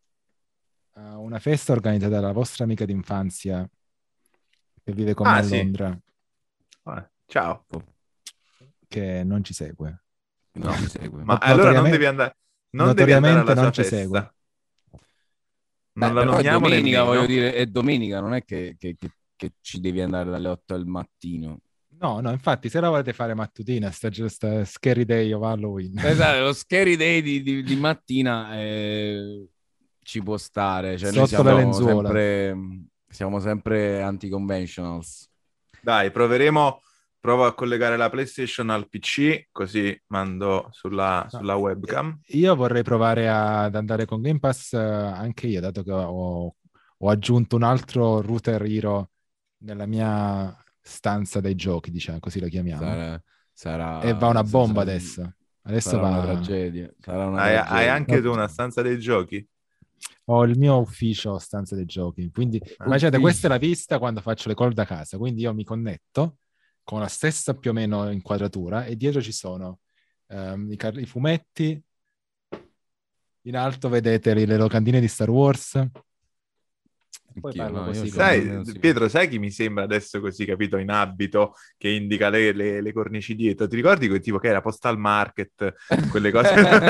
Speaker 3: a una festa organizzata dalla vostra amica d'infanzia che vive con me
Speaker 2: Ah,
Speaker 3: a
Speaker 2: sì.
Speaker 3: Londra,
Speaker 2: Eh, ciao.
Speaker 3: che non ci segue.
Speaker 1: Non ci segue.
Speaker 2: Ma allora non devi andare, non devi andare alla
Speaker 3: non
Speaker 2: sua
Speaker 3: ci
Speaker 2: festa.
Speaker 3: segue.
Speaker 2: Non
Speaker 1: Beh,
Speaker 2: la
Speaker 1: però è
Speaker 2: nominiamo
Speaker 1: domenica,
Speaker 2: nemmeno.
Speaker 1: voglio dire, è domenica, non è che, che- che- che ci devi andare dalle otto del mattino.
Speaker 3: No, no, infatti, se la volete fare mattutina, sta, sta Scary Day of Halloween.
Speaker 1: Esatto, lo scary day di, di- di mattina eh, ci può stare. Cioè, noi
Speaker 3: Sotto le
Speaker 1: siamo
Speaker 3: lenzuola.
Speaker 1: sempre, siamo sempre anti-conventionals.
Speaker 2: Dai, proveremo. Provo a collegare la PlayStation al P C, così mando sulla,
Speaker 3: No,
Speaker 2: sulla webcam.
Speaker 3: Io vorrei provare ad andare con Game Pass eh, anche io, dato che ho, ho aggiunto un altro router Hero nella mia stanza dei giochi, diciamo, così la chiamiamo.
Speaker 1: Sarà, sarà,
Speaker 3: E va una bomba
Speaker 1: sarà-
Speaker 3: adesso. Adesso
Speaker 1: sarà una
Speaker 3: va...
Speaker 1: tragedia. Sarà una
Speaker 2: Hai, hai
Speaker 1: tragedia.
Speaker 2: anche
Speaker 3: No.
Speaker 2: tu una stanza dei giochi?
Speaker 3: Ho il mio ufficio stanza dei giochi, quindi
Speaker 2: Ah.
Speaker 3: immaginate,
Speaker 1: Ufficio.
Speaker 3: questa è la vista quando faccio le call da casa, quindi io mi connetto con la stessa più o meno inquadratura e dietro ci sono ehm, i, car- i fumetti, in alto vedete le, le locandine di Star Wars. E poi
Speaker 1: Anch'io,
Speaker 3: parlo
Speaker 1: no, io
Speaker 3: così
Speaker 1: so-
Speaker 3: con-
Speaker 2: Sai,
Speaker 1: non si-
Speaker 2: Pietro, sai chi mi sembra adesso così, capito, in abito, che indica le, le- le cornici dietro? Ti ricordi quel tipo che era Postal Market, quelle cose?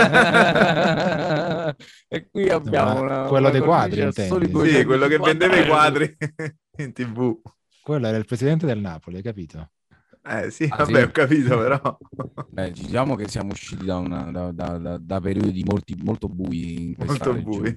Speaker 1: E qui abbiamo
Speaker 3: ma
Speaker 1: una,
Speaker 3: quello
Speaker 1: una
Speaker 3: dei quadri,
Speaker 1: cornice a soli
Speaker 3: intendi?
Speaker 2: Sì, quello che vendeva i
Speaker 1: duecentocinquanta
Speaker 2: quadri in tivù.
Speaker 3: Quello era il presidente del Napoli, hai capito?
Speaker 2: Eh sì,
Speaker 1: Ah,
Speaker 2: vabbè,
Speaker 1: sì?
Speaker 2: ho capito, però.
Speaker 1: Beh, diciamo che siamo usciti da, una, da, da- da- da periodi molti, molto bui in questa
Speaker 2: Molto
Speaker 1: regione.
Speaker 2: bui.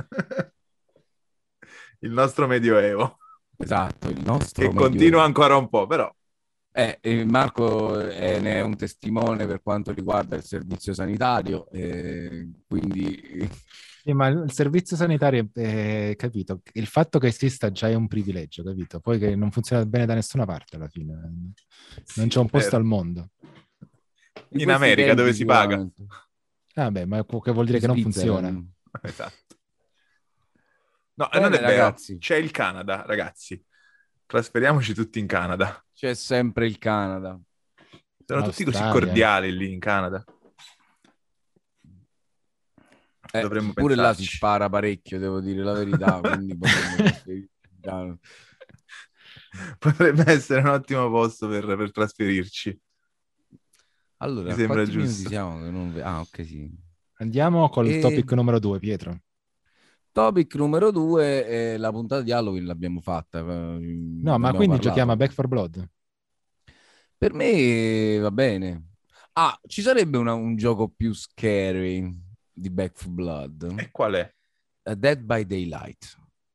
Speaker 2: Il nostro medioevo,
Speaker 1: Esatto, il nostro
Speaker 2: che
Speaker 1: medioevo.
Speaker 2: continua ancora un po', però.
Speaker 1: Eh, e Marco è, ne è un testimone per quanto riguarda il servizio sanitario, eh, quindi
Speaker 3: Sì, ma il servizio sanitario, eh, capito? Il fatto che esista già è un privilegio, capito? Poi che non funziona bene da nessuna parte alla fine. Non c'è un posto
Speaker 2: vero.
Speaker 3: al mondo.
Speaker 1: in
Speaker 2: In
Speaker 1: questi
Speaker 2: America,
Speaker 1: tempi
Speaker 2: dove si paga.
Speaker 1: sicuramente.
Speaker 3: Vabbè, ma che vuol dire
Speaker 1: In
Speaker 3: che non
Speaker 1: Svizzera.
Speaker 3: funziona?
Speaker 2: Esatto. No,
Speaker 1: Bene,
Speaker 2: non è vero.
Speaker 1: ragazzi.
Speaker 2: C'è il Canada, ragazzi. Trasferiamoci tutti in Canada.
Speaker 1: C'è sempre il Canada.
Speaker 2: Sono tutti così
Speaker 3: Australia.
Speaker 2: cordiali lì in Canada.
Speaker 1: Eh,
Speaker 2: Dovremmo
Speaker 1: pure là si
Speaker 2: pensarci.
Speaker 1: spara parecchio, devo dire la verità, quindi potremmo trasferirci in Canada.
Speaker 2: Potrebbe essere un ottimo posto per, per trasferirci.
Speaker 1: Allora,
Speaker 2: Mi
Speaker 1: a
Speaker 2: sembra
Speaker 1: quanti minuti
Speaker 2: giusto.
Speaker 1: siamo? Che non ve- Ah, ok, sì.
Speaker 3: Andiamo col
Speaker 1: E-
Speaker 3: topic numero due, Pietro.
Speaker 1: Topic numero due, eh, la puntata di Halloween l'abbiamo fatta.
Speaker 3: No, ma quindi giochiamo a Back four Blood.
Speaker 1: Per me va bene. Ah, ci sarebbe una- un gioco più scary di Back four Blood.
Speaker 2: E qual è?
Speaker 1: Uh, Dead by Daylight.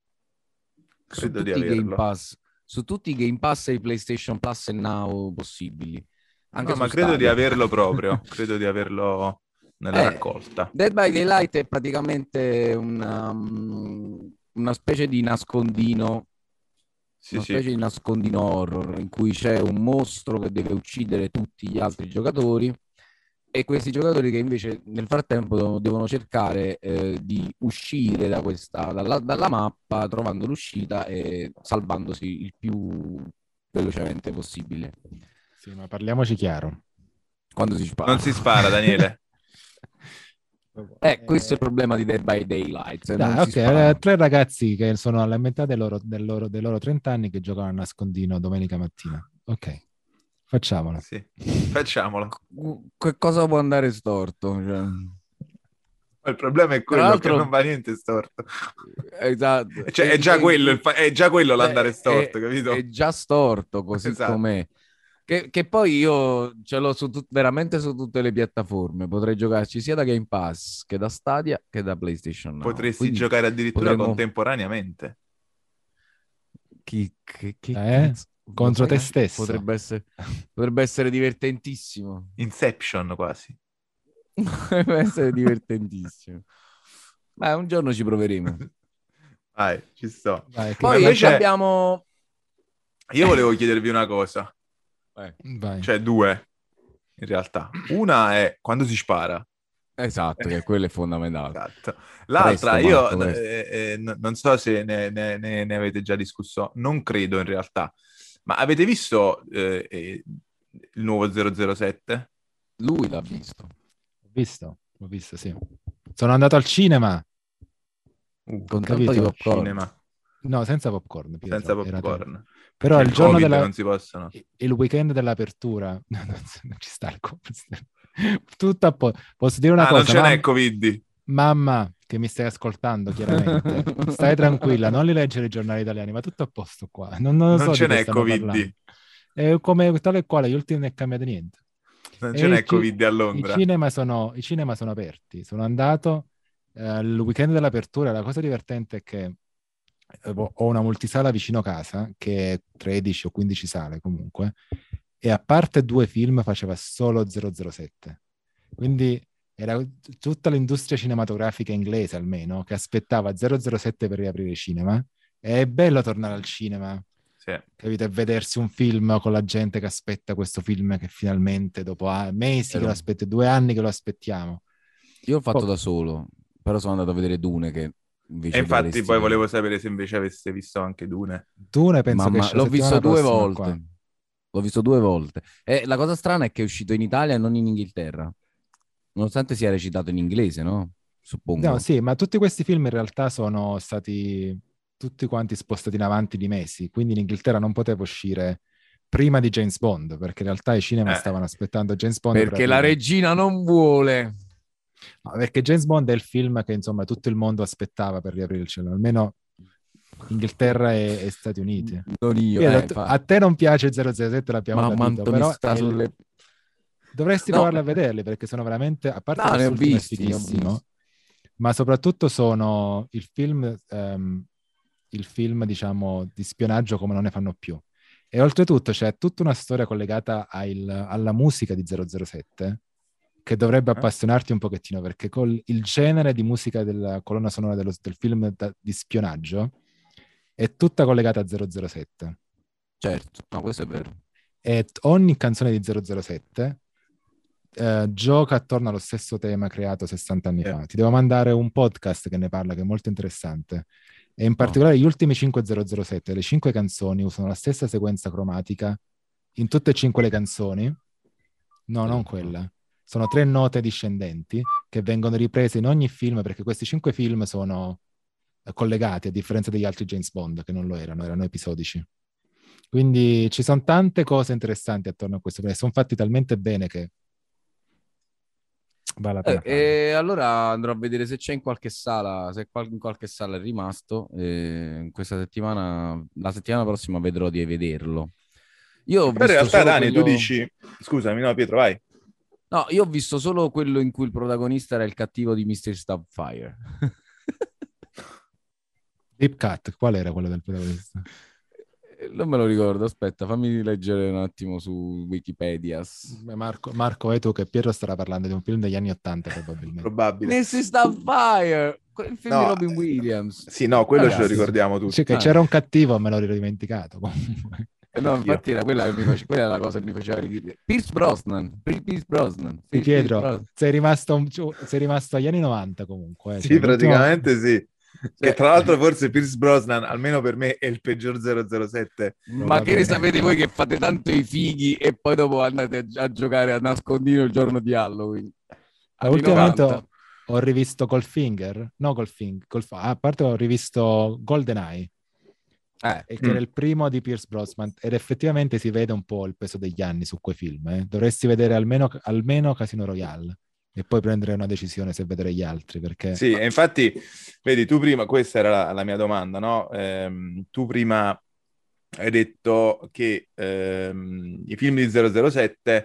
Speaker 1: Su
Speaker 2: Credo di
Speaker 1: tutti i Game
Speaker 2: averlo.
Speaker 1: Pass, su tutti i Game Pass e i PlayStation Plus e Now possibili. Anche
Speaker 2: No,
Speaker 1: su
Speaker 2: ma credo di
Speaker 1: Stadia.
Speaker 2: averlo proprio. Credo di averlo nella
Speaker 1: Eh,
Speaker 2: raccolta.
Speaker 1: Dead by Daylight è praticamente una, um, una specie di nascondino,
Speaker 2: Sì,
Speaker 1: una
Speaker 2: sì.
Speaker 1: specie di nascondino horror in cui c'è un mostro che deve uccidere tutti gli altri giocatori e questi giocatori che invece nel frattempo devono, devono cercare eh, di uscire da questa, dalla, dalla mappa, trovando l'uscita e salvandosi il più velocemente possibile.
Speaker 3: Sì, ma parliamoci chiaro.
Speaker 1: Quando si spara.
Speaker 2: Non si spara, Daniele.
Speaker 1: Eh, questo è il problema di Dead by Daylight.
Speaker 3: Dai,
Speaker 1: non si
Speaker 3: ok,
Speaker 1: spara.
Speaker 3: eh, tre ragazzi che sono alla metà dei loro, del loro- dei loro trenta anni che giocano a nascondino domenica mattina. Ok, facciamolo.
Speaker 2: Sì, facciamolo.
Speaker 1: Che cosa può andare storto? Cioè,
Speaker 2: Il problema è quello
Speaker 1: l'altro-
Speaker 2: che non va niente storto.
Speaker 1: esatto.
Speaker 2: Cioè, è
Speaker 1: E-
Speaker 2: già
Speaker 1: e-
Speaker 2: quello, il fa- è già quello
Speaker 1: Cioè,
Speaker 2: l'andare
Speaker 1: è-
Speaker 2: storto, capito?
Speaker 1: È già storto così
Speaker 2: Esatto.
Speaker 1: com'è. Che, che poi io ce l'ho su tut- veramente su tutte le piattaforme. Potrei giocarci sia da Game Pass che da Stadia che da PlayStation Now.
Speaker 2: Potresti
Speaker 1: Quindi
Speaker 2: giocare addirittura
Speaker 1: potremmo-
Speaker 2: contemporaneamente.
Speaker 1: Chi, che, che
Speaker 3: Eh?
Speaker 1: cazzo?
Speaker 3: Contro
Speaker 1: Lo sai
Speaker 3: te
Speaker 1: che
Speaker 3: stesso.
Speaker 1: Potrebbe essere, potrebbe essere divertentissimo.
Speaker 2: Inception quasi.
Speaker 1: Potrebbe essere divertentissimo. Ma un giorno ci proveremo.
Speaker 2: Vai, ci sto.
Speaker 3: Vai, che-
Speaker 2: Ma
Speaker 1: Poi
Speaker 2: invece-
Speaker 1: abbiamo...
Speaker 2: Io volevo chiedervi una cosa,
Speaker 1: Eh,
Speaker 3: vai.
Speaker 2: cioè due, in realtà. Una è quando si spara.
Speaker 1: esatto, che quello è fondamentale.
Speaker 2: Esatto. L'altra,
Speaker 1: Presto,
Speaker 2: io
Speaker 1: Marco, presto.
Speaker 2: eh, eh, n- non so se ne, ne- ne- ne avete già discusso, non credo in realtà, ma avete visto eh, eh, il nuovo zero zero sette?
Speaker 1: Lui l'ha visto.
Speaker 3: Ho visto, ho visto, sì. Sono andato al cinema.
Speaker 2: Uh,
Speaker 1: Con
Speaker 3: Capito?
Speaker 1: tanto di popcorn.
Speaker 2: cinema.
Speaker 3: No, senza popcorn. Pietro,
Speaker 2: senza
Speaker 3: era
Speaker 2: popcorn.
Speaker 3: te. Però
Speaker 2: C'è
Speaker 3: il
Speaker 2: il
Speaker 3: giorno
Speaker 2: Covid,
Speaker 3: della...
Speaker 2: non si possono.
Speaker 3: il weekend dell'apertura, no, non, non ci sta il Covid. Tutto a po'. Posso dire una
Speaker 2: Ah, non
Speaker 3: cosa?
Speaker 2: ce n'è
Speaker 3: Mam-
Speaker 2: Covid.
Speaker 3: mamma, che mi stai ascoltando chiaramente, stai tranquilla, non li leggere i giornali italiani, ma tutto a posto qua. Non, non lo
Speaker 2: Non
Speaker 3: so
Speaker 2: ce
Speaker 3: di che
Speaker 2: n'è
Speaker 3: stanno
Speaker 2: Covid.
Speaker 3: parlando. È come tale e quale, gli ultimi non è cambiato niente.
Speaker 2: Non
Speaker 3: E
Speaker 2: ce n'è
Speaker 3: i, ci-
Speaker 2: Covid a
Speaker 3: i
Speaker 2: Londra.
Speaker 3: cinema sono, i cinema sono aperti. Sono andato eh, il weekend dell'apertura. La cosa divertente è che eh, ho una multisala vicino casa, che è tredici o quindici sale comunque, e a parte due film faceva solo zero zero sette. Quindi era tutta l'industria cinematografica inglese almeno che aspettava zero zero sette per riaprire i cinema. E è bello tornare al cinema,
Speaker 2: Sì.
Speaker 3: capite? E vedersi un film con la gente che aspetta questo film che finalmente dopo ah, mesi che lo aspetta, due anni che lo aspettiamo.
Speaker 1: Io ho fatto
Speaker 3: Poi-
Speaker 1: da solo, però sono andato a vedere Dune che invece
Speaker 2: E infatti
Speaker 1: dovresti
Speaker 2: poi
Speaker 1: vedere.
Speaker 2: volevo sapere se invece aveste visto anche Dune.
Speaker 3: Dune penso che
Speaker 1: Mamma,
Speaker 3: esce la
Speaker 1: l'ho visto
Speaker 3: settimana
Speaker 1: due
Speaker 3: prossima
Speaker 1: volte.
Speaker 3: qua.
Speaker 1: L'ho visto due volte. E la cosa strana è che è uscito in Italia e non in Inghilterra. Nonostante sia recitato in inglese, no? Suppongo.
Speaker 3: No, sì, ma tutti questi film in realtà sono stati tutti quanti spostati in avanti di mesi, quindi in Inghilterra non poteva uscire prima di James Bond, perché in realtà i cinema
Speaker 2: Eh.
Speaker 3: stavano aspettando James Bond per
Speaker 1: Perché la
Speaker 3: aprire.
Speaker 1: regina non vuole.
Speaker 3: No, perché James Bond è il film che insomma tutto il mondo aspettava per riaprire il cielo, almeno Inghilterra e, e Stati Uniti.
Speaker 1: Non io,
Speaker 3: Pietro,
Speaker 1: eh,
Speaker 3: tu-
Speaker 1: fa-
Speaker 3: a te non piace zero zero sette, l'abbiamo
Speaker 1: Ma
Speaker 3: capito,
Speaker 1: quanto mi
Speaker 3: però
Speaker 1: sta
Speaker 3: è il-
Speaker 1: sulle...
Speaker 3: dovresti
Speaker 1: No.
Speaker 3: provarli a vederli perché sono veramente, a parte
Speaker 1: No, ne ho
Speaker 3: quest'ultimo è
Speaker 1: visti, ne ho
Speaker 3: fighissimo,
Speaker 1: visti.
Speaker 3: ma soprattutto sono il film, ehm, il film diciamo di spionaggio come non ne fanno più. E oltretutto c'è tutta una storia collegata al- alla musica di zero zero sette che dovrebbe
Speaker 2: Eh?
Speaker 3: appassionarti un pochettino, perché col, il genere di musica della colonna sonora dello- del film da- di spionaggio è tutta collegata a zero zero sette.
Speaker 1: Certo, no, questo è vero.
Speaker 3: E t- ogni canzone di zero zero sette eh, gioca attorno allo stesso tema creato sessanta anni
Speaker 2: Eh.
Speaker 3: fa. Ti devo mandare un podcast che ne parla, che è molto interessante. E in
Speaker 1: Oh.
Speaker 3: particolare gli ultimi cinque zero zero sette, le cinque canzoni usano la stessa sequenza cromatica in tutte e cinque le canzoni. No, non quella. Sono tre note discendenti che vengono riprese in ogni film, perché questi cinque film sono eh, collegati, a differenza degli altri James Bond, che non lo erano, erano episodici. Quindi ci sono tante cose interessanti attorno a questo, perché sono fatti talmente bene che vale la
Speaker 1: Eh,
Speaker 3: pena farlo.
Speaker 1: e allora andrò a vedere se c'è in qualche sala, se qual- in qualche sala è rimasto. E questa settimana, la settimana prossima vedrò di vederlo. Io ho
Speaker 2: Però in
Speaker 1: visto
Speaker 2: realtà,
Speaker 1: solo
Speaker 2: Dani, tu
Speaker 1: quello-
Speaker 2: dici... Scusami, no, Pietro, vai.
Speaker 1: No, io ho visto solo quello in cui il protagonista era il cattivo di mister Starfire.
Speaker 3: Deep Cut, qual era quello del protagonista?
Speaker 1: Non me lo ricordo, aspetta, fammi leggere un attimo su Wikipedia.
Speaker 3: Beh, Marco, Marco, e tu che Pietro starà parlando di un film degli anni Ottanta probabilmente.
Speaker 2: Probabile.
Speaker 1: mister Starfire, il film
Speaker 2: No,
Speaker 1: di Robin Williams.
Speaker 2: Sì, no, quello ce lo
Speaker 1: Ragazzi,
Speaker 2: ricordiamo tutti.
Speaker 3: Cioè, che
Speaker 1: Ah.
Speaker 3: c'era un cattivo, me l'ho dimenticato comunque.
Speaker 1: Eh, No, infatti era quella che mi face- quella è la cosa che mi faceva ridere. Pierce Brosnan, Pierce Brosnan.
Speaker 3: Sì,
Speaker 1: Pierce
Speaker 3: Pietro,
Speaker 1: Brosnan.
Speaker 3: sei rimasto, un- sei rimasto agli anni novanta comunque. eh.
Speaker 2: Sì,
Speaker 3: Cioè, l'ultimo-
Speaker 2: praticamente sì. Che
Speaker 1: Cioè-
Speaker 2: tra l'altro forse Pierce Brosnan, almeno per me, è il peggior zero zero sette.
Speaker 1: Ma che ne sapete voi che fate tanto i fighi e poi dopo andate a, a giocare a nascondino il giorno di Halloween?
Speaker 3: Ma
Speaker 1: Anni
Speaker 3: ultimamente
Speaker 1: novanta.
Speaker 3: ho, ho rivisto Goldfinger, no Goldfinger, Gold, a parte ho rivisto GoldenEye,
Speaker 1: Eh,
Speaker 3: e che
Speaker 2: Mm.
Speaker 3: era il primo di Pierce Brosnan, ed effettivamente si vede un po' il peso degli anni su quei film. eh. Dovresti vedere almeno, almeno Casino Royale e poi prendere una decisione se vedere gli altri, perché
Speaker 2: Sì, e infatti, vedi, tu prima, questa era la, la mia domanda, no? Ehm, tu prima hai detto che ehm, i film di zero zero sette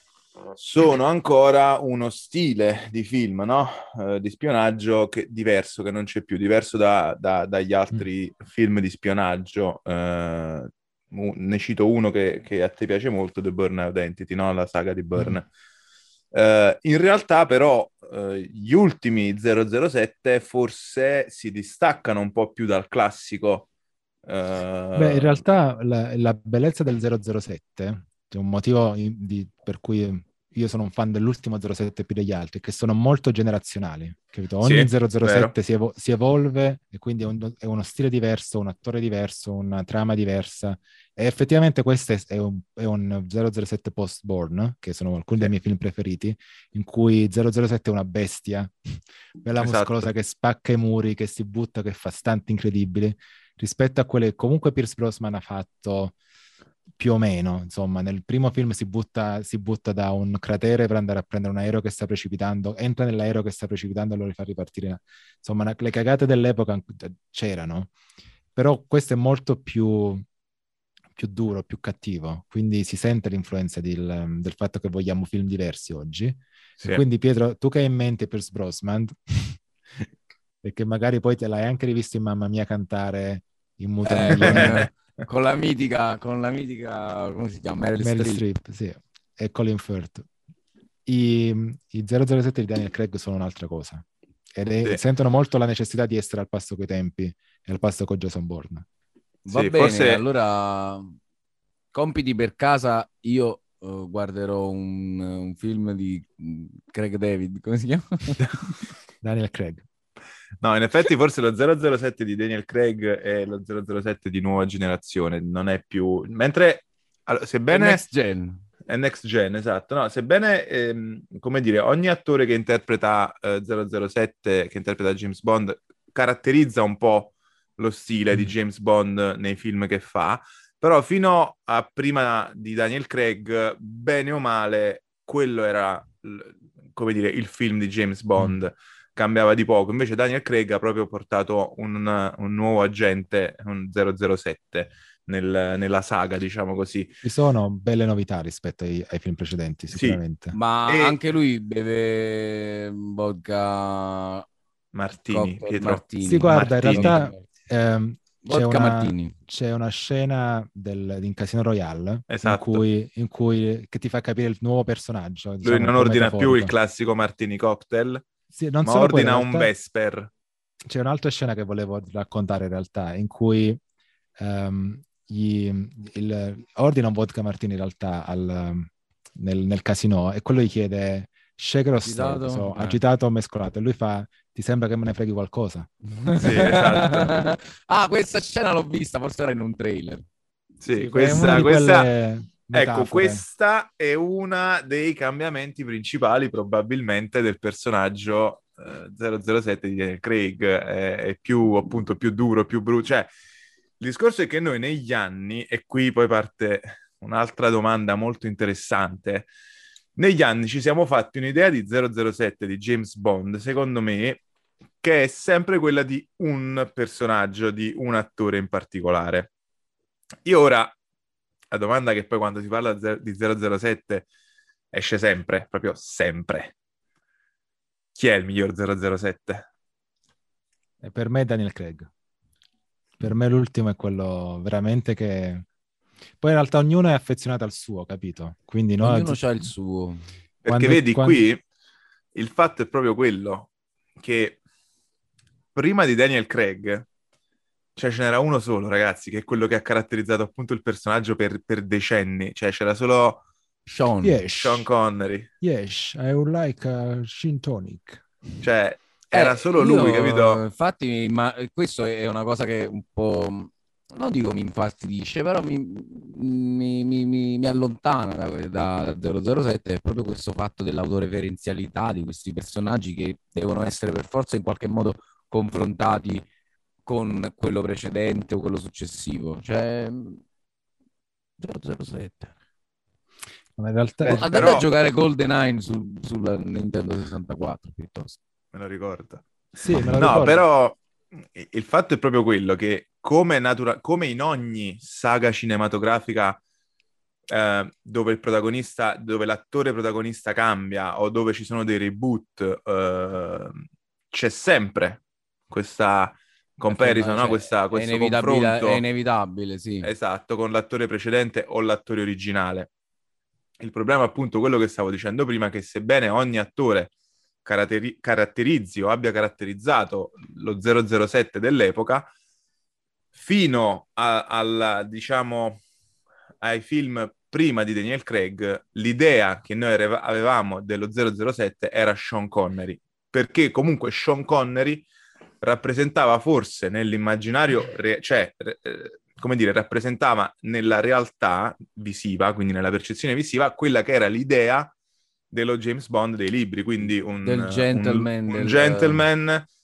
Speaker 2: sono ancora uno stile di film, no? Eh, di spionaggio che, diverso, che non c'è più, diverso da, da- dagli altri film di spionaggio. Eh, u- ne cito uno che, che a te piace molto, The Bourne Identity, no? La saga di Bourne. Eh, in realtà però eh, gli ultimi zero zero sette forse si distaccano un po' più dal classico. Eh,
Speaker 3: beh, in realtà la, la bellezza del zero zero sette, c'è un motivo in- di- per cui io sono un fan dell'ultimo zero sette più degli altri, che sono molto generazionali, capito? Ogni
Speaker 2: Sì,
Speaker 3: zero zero
Speaker 2: vero.
Speaker 3: sette si, evo- si evolve e quindi è, un- è uno stile diverso, un attore diverso, una trama diversa. E effettivamente questo è, è un, è un zero zero sette post-Bourne, che sono alcuni dei
Speaker 2: Sì.
Speaker 3: miei film preferiti, in cui zero zero sette è una bestia, bella
Speaker 2: Esatto.
Speaker 3: muscolosa che spacca i muri, che si butta, che fa stunt incredibili, rispetto a quelle che comunque Pierce Brosnan ha fatto più o meno. Insomma, nel primo film si butta, si butta da un cratere per andare a prendere un aereo che sta precipitando, entra nell'aereo che sta precipitando e lo rifà ripartire. Insomma, le cagate dell'epoca c'erano, però questo è molto più, più duro, più cattivo, quindi si sente l'influenza del, del fatto che vogliamo film diversi oggi.
Speaker 2: Sì.
Speaker 3: E quindi Pietro, tu che hai in mente Pierce Brosnan e che magari poi te l'hai anche rivisto in Mamma Mia cantare in muta
Speaker 1: Eh,
Speaker 3: migliore,
Speaker 1: con, con la mitica, con la mitica, come si chiama? Meryl,
Speaker 3: Meryl
Speaker 1: Streep.
Speaker 3: Streep, sì, e Colin Firth. I, i zero zero sette di Daniel Craig sono un'altra cosa. Ed è,
Speaker 2: Sì.
Speaker 3: sentono molto la necessità di essere al passo coi tempi e al passo con Jason Bourne.
Speaker 1: Va
Speaker 2: Sì,
Speaker 1: bene,
Speaker 2: forse-
Speaker 1: allora compiti per casa, io eh, guarderò un, un film di mm, Craig David, come si chiama?
Speaker 3: Daniel Craig.
Speaker 2: No, in effetti forse lo zero zero sette di Daniel Craig è lo zero zero sette di nuova generazione, non è più... Mentre, allora, sebbene...
Speaker 1: Next Gen.
Speaker 2: È next gen, esatto. No, sebbene, ehm, come dire, ogni attore che interpreta eh, zero zero sette, che interpreta James Bond, caratterizza un po' lo stile
Speaker 3: Mm.
Speaker 2: di James Bond nei film che fa, però fino a prima di Daniel Craig, bene o male, quello era, l- come dire, il film di James Bond.
Speaker 3: Mm.
Speaker 2: Cambiava di poco. Invece Daniel Craig ha proprio portato un, un nuovo agente, un zero zero sette, nel- nella saga, diciamo così.
Speaker 3: Ci sono belle novità rispetto ai, ai film precedenti,
Speaker 2: Sì.
Speaker 3: sicuramente.
Speaker 1: Ma
Speaker 2: E-
Speaker 1: anche lui beve vodka
Speaker 2: Martini,
Speaker 1: cocktail
Speaker 2: Pietro.
Speaker 1: martini.
Speaker 3: Sì, guarda, in
Speaker 2: Martini.
Speaker 3: realtà ehm, c'è,
Speaker 1: Vodka
Speaker 3: una,
Speaker 1: martini.
Speaker 3: c'è una scena del, in Casino Royale
Speaker 2: Esatto.
Speaker 3: in cui, in cui che ti fa capire il nuovo personaggio.
Speaker 2: Lui
Speaker 3: Diciamo,
Speaker 2: non
Speaker 3: un po'
Speaker 2: ordina più il
Speaker 3: metaforico.
Speaker 2: classico Martini cocktail,
Speaker 3: Sì, non
Speaker 2: ma
Speaker 3: solo quello,
Speaker 2: ordina
Speaker 3: in
Speaker 2: un
Speaker 3: realtà
Speaker 2: Vesper.
Speaker 3: c'è un'altra scena che volevo raccontare in realtà, in cui ehm, gli- il, ordina un vodka martini in realtà al, nel, nel casino e quello gli chiede shaker o
Speaker 1: Agitato?
Speaker 3: stroke, so,
Speaker 1: Eh.
Speaker 3: agitato o mescolato, e lui fa ti sembra che me ne freghi qualcosa?
Speaker 2: Sì, esatto.
Speaker 1: Ah, questa scena l'ho vista, forse era in un trailer.
Speaker 2: Sì,
Speaker 3: Sì, è una
Speaker 2: questa,
Speaker 3: di
Speaker 2: questa...
Speaker 3: quelle
Speaker 2: Ecco,
Speaker 3: metafore.
Speaker 2: questa è una dei cambiamenti principali probabilmente del personaggio eh, zero zero sette di Daniel Craig. È, è più, appunto, più duro, più brutto. Cioè, il discorso è che noi negli anni, e qui poi parte un'altra domanda molto interessante, negli anni ci siamo fatti un'idea di zero zero sette di James Bond, secondo me, che è sempre quella di un personaggio, di un attore in particolare. Io ora, la domanda che poi quando si parla ze- di zero zero sette esce sempre, proprio sempre. Chi è il miglior zero zero sette?
Speaker 3: E per me è Daniel Craig. Per me l'ultimo è quello veramente che... Poi in realtà ognuno è affezionato al suo, capito? Quindi no,
Speaker 1: Ognuno ha il suo.
Speaker 2: Perché
Speaker 3: quando-
Speaker 2: vedi
Speaker 3: quando-
Speaker 2: qui, il fatto è proprio quello, che prima di Daniel Craig, cioè ce n'era uno solo, ragazzi, che è quello che ha caratterizzato appunto il personaggio per, per decenni. Cioè c'era solo
Speaker 1: Sean.
Speaker 3: Yes.
Speaker 2: Sean Connery.
Speaker 3: Yes, I would like a gin tonic.
Speaker 2: Cioè era
Speaker 1: Eh,
Speaker 2: solo
Speaker 1: io,
Speaker 2: lui, capito?
Speaker 1: Infatti, ma questo è una cosa che un po', non dico mi infastidisce, però mi, mi, mi, mi- mi allontana da, da zero zero sette, è proprio questo fatto dell'autoreferenzialità di questi personaggi che devono essere per forza in qualche modo confrontati con quello precedente o quello successivo. Cioè, zero zero sette.
Speaker 3: Ma in realtà
Speaker 2: Eh,
Speaker 1: Andate
Speaker 2: però-
Speaker 1: a giocare GoldenEye su, sulla Nintendo sessantaquattro piuttosto.
Speaker 2: Me lo ricordo.
Speaker 3: sì, me lo
Speaker 2: No,
Speaker 3: ricordo.
Speaker 2: però il fatto è proprio quello che come, natura- come in ogni saga cinematografica eh, dove il protagonista, dove l'attore protagonista cambia o dove ci sono dei reboot, eh, c'è sempre questa comparison, no?
Speaker 1: Cioè,
Speaker 2: Questa-
Speaker 1: è
Speaker 2: questo
Speaker 1: inevitabile,
Speaker 2: confronto.
Speaker 1: è inevitabile, sì.
Speaker 2: Esatto, con l'attore precedente o l'attore originale. Il problema, appunto, quello che stavo dicendo prima, è che sebbene ogni attore caratteri- caratterizzi o abbia caratterizzato lo zero zero sette dell'epoca, fino a- al, diciamo, ai film prima di Daniel Craig, l'idea che noi ave- avevamo dello zero zero sette era Sean Connery, perché comunque Sean Connery rappresentava forse nell'immaginario, re- cioè, re- eh, come dire, rappresentava nella realtà visiva, quindi nella percezione visiva, quella che era l'idea dello James Bond dei libri, quindi un,
Speaker 1: Del
Speaker 2: un-
Speaker 1: gentleman,
Speaker 2: un
Speaker 1: del-
Speaker 2: gentleman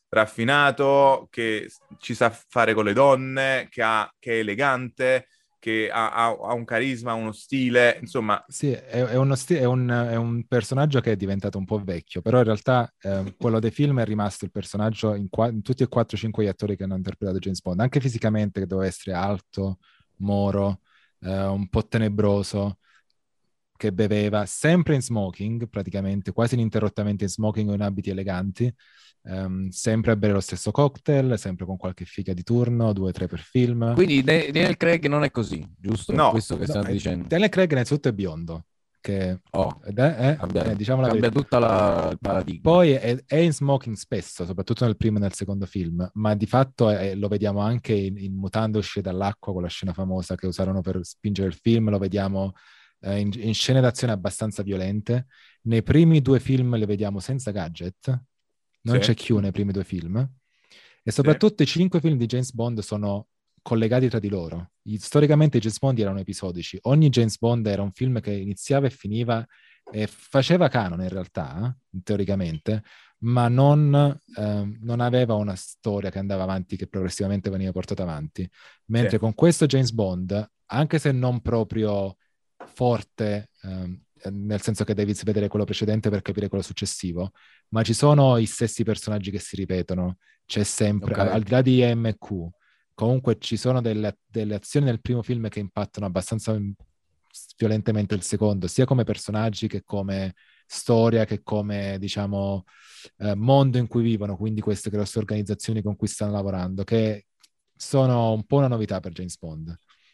Speaker 2: raffinato, che ci sa fare con le donne, che, ha, che è elegante, che ha, ha, ha un carisma, uno stile, insomma...
Speaker 3: Sì, è, è uno sti- è, un, è un personaggio che è diventato un po' vecchio, però in realtà eh, quello dei film è rimasto il personaggio in, qua- in tutti e quattro cinque gli attori che hanno interpretato James Bond, anche fisicamente, che doveva essere alto, moro, eh, un po' tenebroso, che beveva, sempre in smoking, praticamente, quasi ininterrottamente in smoking o in abiti eleganti, ehm, sempre a bere lo stesso cocktail, sempre con qualche figa di turno, due o tre per film.
Speaker 1: Quindi Da- Daniel Craig non è così, giusto? È
Speaker 2: No,
Speaker 1: questo che
Speaker 3: No,
Speaker 1: stiamo
Speaker 3: eh,
Speaker 1: dicendo.
Speaker 3: Daniel Craig innanzitutto è biondo, che
Speaker 1: Oh,
Speaker 3: ed è,
Speaker 1: cambia,
Speaker 3: è, eh, diciamo la
Speaker 1: cambia
Speaker 3: verità.
Speaker 1: tutta la, il paradigma.
Speaker 3: Poi è, è in smoking spesso, soprattutto nel primo e nel secondo film, ma di fatto è- lo vediamo anche in, in mutande uscite dall'acqua, con la scena famosa che usarono per spingere il film, lo vediamo eh, in, in scene d'azione abbastanza violente. Nei primi due film le vediamo senza gadget, non c'è
Speaker 2: sì,
Speaker 3: Q nei primi due film, e
Speaker 2: sì,
Speaker 3: soprattutto i cinque film di James Bond sono collegati tra di loro. I- storicamente i James Bond erano episodici, ogni James Bond era un film che iniziava e finiva e faceva canone in realtà, eh, teoricamente, ma non, ehm, non aveva una storia che andava avanti, che progressivamente veniva portata avanti.
Speaker 2: sì,
Speaker 3: Mentre con questo James Bond, anche se non proprio forte, ehm, nel senso che devi vedere quello precedente per capire quello successivo, ma ci sono i stessi personaggi che si ripetono, c'è sempre,
Speaker 1: Ok.
Speaker 3: al, al di là di M Q, comunque ci sono delle, delle azioni nel primo film che impattano abbastanza violentemente il secondo, sia come personaggi che come storia, che come, diciamo, eh, mondo in cui vivono, quindi queste grosse organizzazioni con cui stanno lavorando, che sono un po' una novità per James Bond.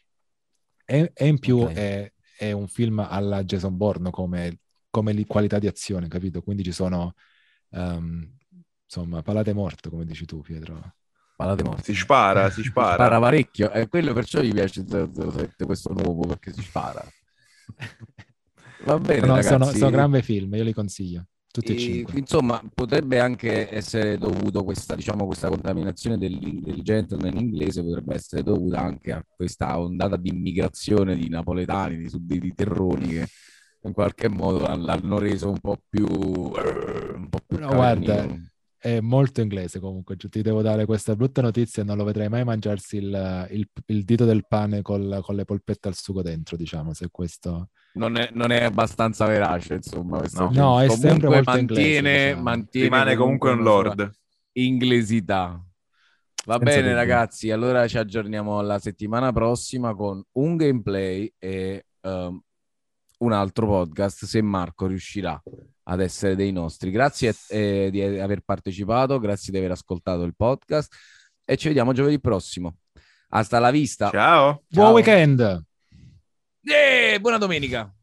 Speaker 3: E, e in più
Speaker 1: Ok.
Speaker 3: è, è un film alla Jason Bourne come, come li- qualità di azione, capito? Quindi ci sono, um, insomma, palate morte, come dici tu, Pietro.
Speaker 1: Palate
Speaker 2: si
Speaker 1: morte.
Speaker 2: spara, si
Speaker 1: Si spara
Speaker 2: spara.
Speaker 1: parecchio. E quello perciò gli piace il zero zero sette, questo nuovo, perché si spara. Va bene,
Speaker 3: Sono, sono, sono
Speaker 1: ragazzi.
Speaker 3: grandi film, io li consiglio, tutti e
Speaker 1: E,
Speaker 3: cinque.
Speaker 1: insomma, potrebbe anche essere dovuto questa, diciamo, questa contaminazione del, del gentleman inglese, potrebbe essere dovuta anche a questa ondata di immigrazione di napoletani, di sudditi terroni che in qualche modo l'hanno reso un po' più, un po' più
Speaker 3: No, guarda,
Speaker 1: cavernino.
Speaker 3: è molto inglese comunque, cioè, ti devo dare questa brutta notizia, non lo vedrai mai mangiarsi il, il- il dito del pane col- con le polpette al sugo dentro, diciamo, se questo...
Speaker 1: Non è, non è abbastanza verace, insomma, questa
Speaker 2: No,
Speaker 3: No,
Speaker 1: gente.
Speaker 3: è sempre
Speaker 1: Comunque
Speaker 3: molto inglese,
Speaker 1: mantiene,
Speaker 3: diciamo.
Speaker 1: mantiene
Speaker 2: rimane comunque
Speaker 1: comunque
Speaker 2: un
Speaker 1: una sua
Speaker 2: lord.
Speaker 1: inglesità. Va
Speaker 3: Senza
Speaker 1: bene,
Speaker 3: dubbio.
Speaker 1: ragazzi. Allora ci aggiorniamo la settimana prossima con un gameplay e ehm, un altro podcast, se Marco riuscirà ad essere dei nostri. Grazie eh, di aver partecipato, grazie di aver ascoltato il podcast e ci vediamo giovedì prossimo. Hasta la vista.
Speaker 2: Ciao.
Speaker 3: Buon
Speaker 1: Ciao.
Speaker 3: weekend!
Speaker 1: Eh, buona domenica.